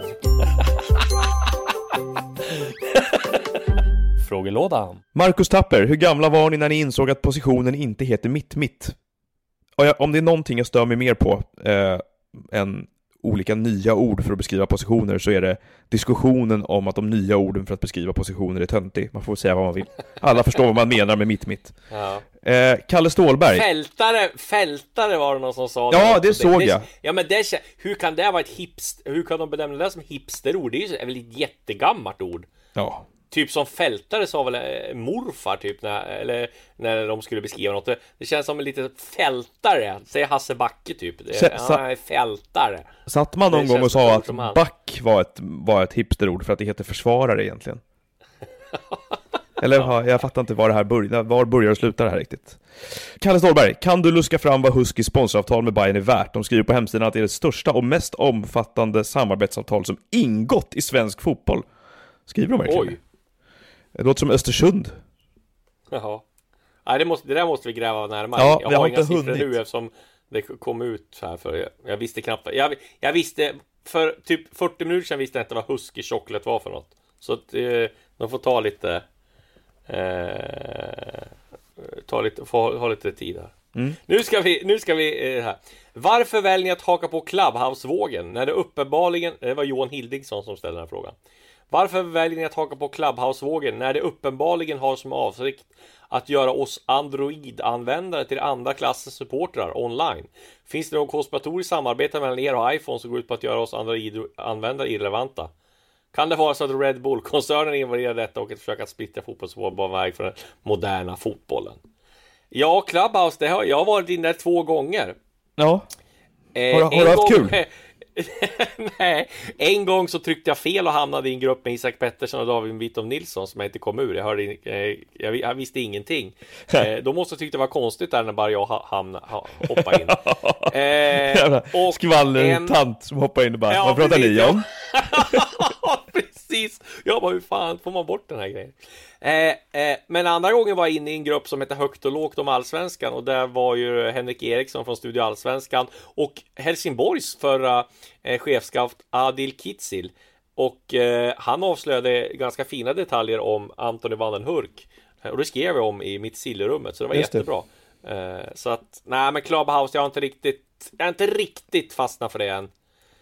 Frågelådan. Marcus Tapper, hur gamla var ni när ni insåg att positionen inte heter mitt-mitt? Och jag, om det är någonting jag stör mig mer på eh, än olika nya ord för att beskriva positioner, så är det diskussionen om att de nya orden för att beskriva positioner är töntig. Man får säga vad man vill. Alla förstår vad man menar med mitt-mitt. Ja. Eh, Kalle Stålberg. Fältare, fältare var det någon som sa. Ja, det, det såg det, jag. Ja, men det, hur kan det vara ett hipster? Hur kan de benämna det som hipsterord? Det är ju väl ett jättegammalt ord. Ja. Typ som fältare sa väl eh, morfar typ när, eller när de skulle beskriva något. Det känns som en liten fältare. Säg Hasse Backe typ. Det, S- ja, är fältare. Satt man någon Det gång och känns sa som att han. back var ett, var ett hipsterord för att det heter försvarare egentligen? Eller ja, jag fattar inte var det här börjar, var börjar och slutar det här riktigt. Kalle Stålberg, kan du luska fram vad Huskys sponsoravtal med Bayern är värt? De skriver på hemsidan att det är det största och mest omfattande samarbetsavtal som ingått i svensk fotboll. Skriver de verkligen? Oj. Det låter som Östersund. Jaha. Nej, det, måste, det där måste vi gräva närmare. Ja, jag vi har, har inga inte siffror hunnit. nu eftersom det kom ut här för jag, jag visste knappt. Jag, jag visste för typ fyrtio minuter sedan visste jag inte vad Husky Chocolate var för något. Så att, eh, de får ta lite eh, ta lite få ha lite tid här. Mm. Nu ska vi nu ska vi eh, här. Varför väljer ni att haka på Clubhouse-vågen när det uppenbarligen, det var Johan Hildingsson som ställde den här frågan. Varför väljer ni att haka på Clubhouse-vågen när det uppenbarligen har som avsikt att göra oss Android-användare till andra klassens supportrar online? Finns det någon konspiratoriskt samarbete mellan er och iPhone som går ut på att göra oss Android-användare irrelevanta? Kan det vara så att Red Bull-koncernen invaderar detta och att försöka splittra fotbollsfotboll på väg för den moderna fotbollen? Ja, Clubhouse, det har jag har varit inne där två gånger. Ja. Eh, har, har du haft gång... kul? Nej, en gång så tryckte jag fel och hamnade i en grupp med Isak Pettersson och David Wittom Nilsson som jag inte kom ur. Jag, hörde, eh, jag, jag visste ingenting. Eh, de måste ha tyckt det var konstigt där när bara jag hamna, ha, hoppa in. Eh, Skvallertant som hoppar in och bara, ja, vad pratar ni om? Precis. Jag bara, hur fan får man bort den här grejen? Eh, eh, men andra gången var jag inne i en grupp som heter Högt och lågt om Allsvenskan och där var ju Henrik Eriksson från Studio Allsvenskan och Helsingborgs förra eh, chefskaft Adil Kitsil och eh, han avslöjade ganska fina detaljer om Antoni Vandenhurk och det skrev jag om i mitt sillerummet så det var Just jättebra eh, så att, nej men Clubhouse, jag har inte riktigt jag har inte riktigt fastnat för det än.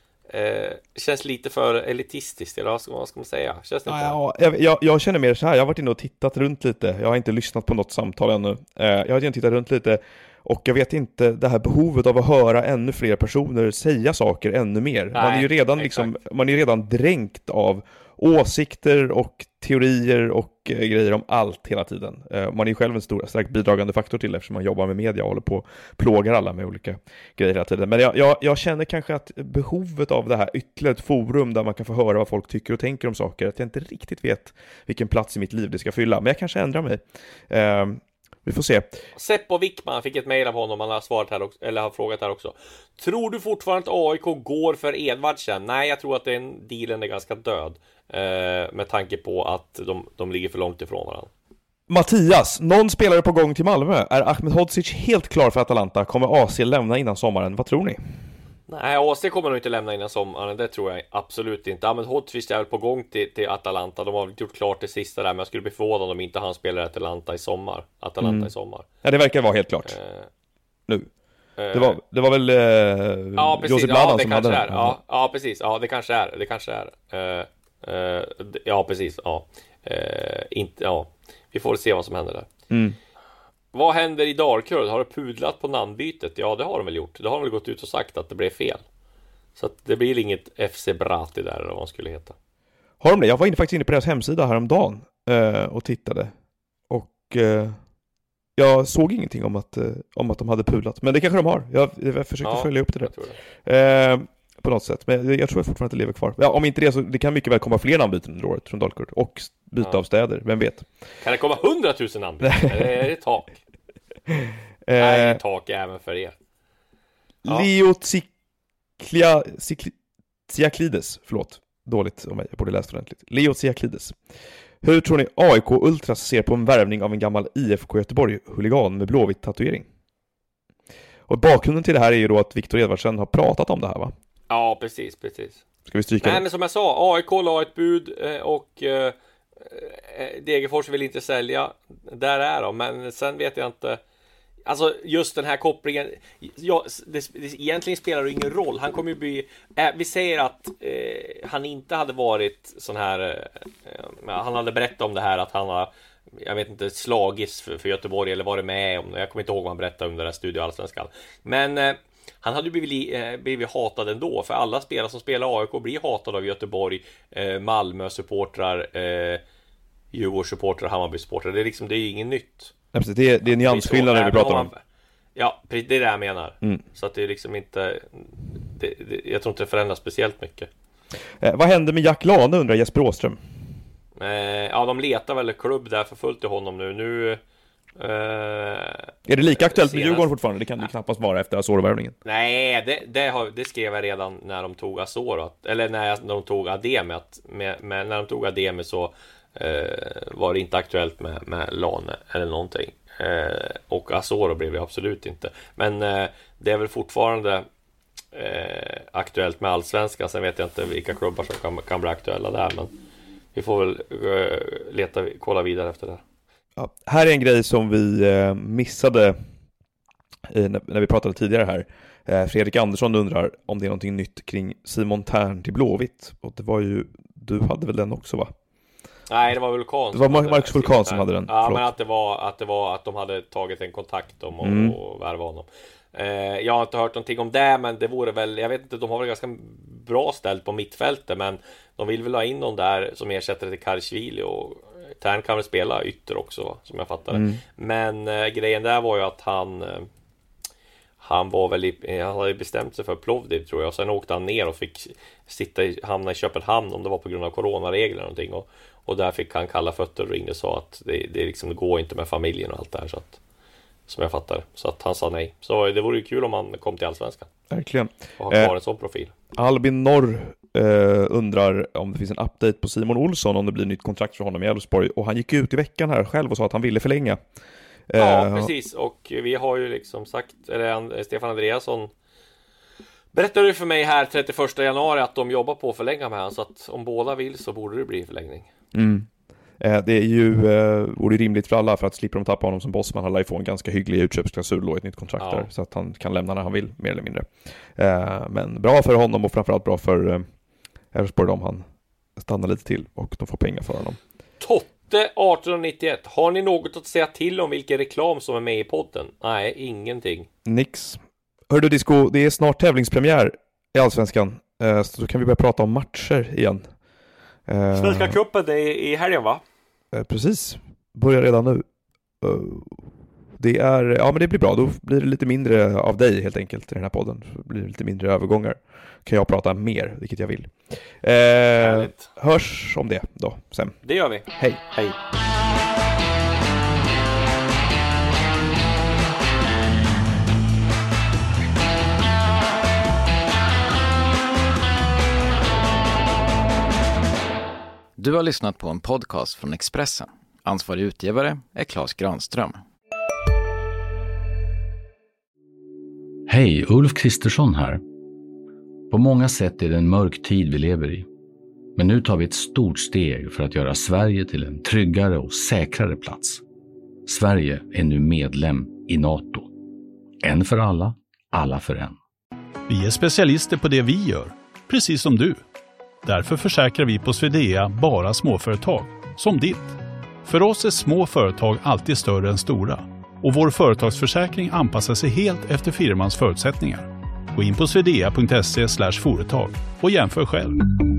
Eh, känns lite för elitistiskt eller vad ska, vad ska man säga? Känns det ja, jag, jag, jag känner mer så här, jag har varit inne och tittat runt lite. Jag har inte lyssnat på något samtal ännu. eh, Jag har inte tittat runt lite och jag vet inte det här behovet av att höra ännu fler personer säga saker ännu mer. Nej, man är ju redan liksom, man är redan dränkt av åsikter och teorier och eh, grejer om allt hela tiden. Eh, man är ju själv en stor, stark bidragande faktor till eftersom man jobbar med media och håller på plågar alla med olika grejer hela tiden. Men jag, jag, jag känner kanske att behovet av det här ytterligare ett forum där man kan få höra vad folk tycker och tänker om saker, att jag inte riktigt vet vilken plats i mitt liv det ska fylla. Men jag kanske ändrar mig. Eh, Vi får se. Seppo Wickman fick ett mejl av honom. Han har svarat här också, eller har frågat här också. Tror du fortfarande att A I K går för Edvardsen? Nej, jag tror att den dealen är ganska död. Eh, med tanke på att de, de ligger för långt ifrån varandra. Mattias, någon spelare på gång till Malmö. Är Ahmedhodzic helt klar för Atalanta? Kommer A C lämna innan sommaren? Vad tror ni? Nej, A C kommer nog inte lämna innan sommaren. Det tror jag absolut inte. Ahmedhodzic är väl på gång till, till Atalanta. De har väl gjort klart det sista där. Men jag skulle bli förvånad om de inte han spelar Atalanta i sommar. Atalanta mm. i sommar. Ja, det verkar vara helt klart. Eh, nu. Det var, det var väl eh, ja, precis. Josip Ladan ja, det som kanske hade är. den. Ja, ja, precis. Ja, det kanske är. Det kanske är. Eh, eh, ja, precis. Ja. Eh, inte, ja. Vi får se vad som händer där. Mm. Vad händer i Darkurd? Har det pudlat på namnbytet? Ja, det har de väl gjort. Det har de väl gått ut och sagt att det blev fel. Så att det blir inget F C Brati där eller vad man skulle heta. Har de det? Jag var inne, faktiskt inne på deras hemsida häromdagen eh, och tittade. Och eh, jag såg ingenting om att, eh, om att de hade pudlat. Men det kanske de har. Jag, jag försökte ja, följa upp det där. Det. Eh, på något sätt. Men jag, jag tror fortfarande att det lever kvar. Ja, om inte det så det kan mycket väl komma fler namnbyten under året från Dalkurd. Och byta ja. av städer. Vem vet? Kan det komma hundratusen namnbyten? Eller är det tak? eh, Nej, det är tak även för er. Ja. Leo Tsiklia, Tsikli, Tsiaklides, förlåt, dåligt om mig, jag borde läsa ordentligt. Leo Tsiaklides. Hur tror ni A I K Ultras ser på en värvning av en gammal I F K Göteborg-huligan med blåvitt tatuering? Och bakgrunden till det här är ju då att Viktor Edvardsen har pratat om det här, va? Ja, precis, precis. Ska vi stryka Nej, det? men som jag sa, A I K la ett bud och eh, Degerfors vill inte sälja. Där är de, men sen vet jag inte. Alltså just den här kopplingen, ja, det, det, egentligen spelar det ingen roll. Han kommer ju bli, äh, vi säger att eh, han inte hade varit sån här, eh, han hade berättat om det här att han har, jag vet inte, slagits för, för Göteborg eller varit med om, jag kommer inte ihåg vad han berättade om det där Studio Allsvenskan. Men eh, han hade blivit, eh, blivit hatad ändå, för alla spelare som spelar A I K blir hatade av Göteborg, eh, Malmö-supportrar, eh, Djurgårds-supportrar, Hammarby-supportrar. Det är liksom, det är inget nytt. Ja, precis. Det är, det är nyansskillnader vi pratar om. Ja, det är det jag menar. Mm. Så att det är liksom inte det, det, jag tror inte det förändras speciellt mycket. eh, Vad hände med Jack Lane, undrar Jesper Åström? eh, Ja, de letar väl klubb där för fullt i honom nu. Nu eh, Är det lika aktuellt med Djurgården fortfarande? Det kan det knappast vara efter Asoro-värvningen. Nej, det, det, har, det skrev jag redan när de tog Asoro. Eller när de tog Ademi att med, med, När de tog Ademi så eh, var det inte aktuellt med, med Lane eller någonting. Eh, och Asoro blev det absolut inte. Men eh, det är väl fortfarande eh, aktuellt med Allsvenskan. Sen vet jag inte vilka klubbar som kan, kan bli aktuella där. Men vi får väl eh, leta, kolla vidare efter det. Ja, här är en grej som vi eh, missade eh, när, när vi pratade tidigare här. eh, Fredrik Andersson undrar om det är någonting nytt kring Simon Tern till Blåvitt. Och det var ju, du hade väl den också, va? Nej, det var Vulkan. Det var Marcus Vulkan som hade den. Ja, Förlåt. men att det var att det var att de hade tagit en kontakt om att Mm. värva honom. Eh, jag har inte hört någonting om det, men det vore väl, jag vet inte, de har väl ganska bra ställt på mittfältet, men de vill väl ha in någon där som ersätter till Karishvili, och Tern kan väl spela ytter också, va, som jag fattar det. Mm. Men eh, grejen där var ju att han eh, han var väl i, han hade bestämt sig för Plovdiv, tror jag, och sen åkte han ner och fick sitta i, hamna i Köpenhamn, om det var på grund av coronaregler eller någonting, och, och där fick han kalla fötter och ringde och sa att det, det, liksom, det går inte med familjen och allt det här, så att, som jag fattar, så att han sa nej. Så det vore ju kul om han kom till Allsvenskan. Verkligen. Och har kvar eh, en sån profil. Albin Norr eh, undrar om det finns en update på Simon Olsson, om det blir nytt kontrakt för honom i Elfsborg. Och han gick ut i veckan här själv och sa att han ville förlänga. Eh, Ja, precis. Och vi har ju liksom sagt, eller Stefan Andreasson berättade ju för mig här trettioförsta januari att de jobbar på att förlänga med han, så att om båda vill så borde det bli förlängning. Mm. Eh, det är ju eh, vore rimligt för alla, för att slippa de tappa honom som boss. Man har få en ganska hygglig utköpsklausul och ett nytt kontrakt Ja. där, så att han kan lämna när han vill, mer eller mindre. Eh, men bra för honom, och framförallt bra för eh, Elfsborg om han stannar lite till och de får pengar för honom. Totte arton nittioett, har ni något att säga till om vilken reklam som är med i podden? Nej, ingenting. Nix. Hör du Disco, det är snart tävlingspremiär i Allsvenskan, eh, så då kan vi börja prata om matcher igen. Eh, Svenska cupen är i helgen, va? eh, precis, börjar redan nu. Eh, det är, ja men det blir bra, då blir det lite mindre av dig helt enkelt i den här podden. Så blir det lite mindre övergångar. Kan jag prata mer, vilket jag vill. Eh, Härligt. hörs om det då sen. Det gör vi. Hej. Hej. Du har lyssnat på en podcast från Expressen. Ansvarig utgivare är Claes Granström. Hej, Ulf Kristersson här. På många sätt är det en mörk tid vi lever i. Men nu tar vi ett stort steg för att göra Sverige till en tryggare och säkrare plats. Sverige är nu medlem i NATO. En för alla, alla för en. Vi är specialister på det vi gör, precis som du. Därför försäkrar vi på Swedea bara småföretag, som ditt. För oss är små företag alltid större än stora. Och vår företagsförsäkring anpassar sig helt efter firmans förutsättningar. Gå in på swedea punkt se slash företag och jämför själv.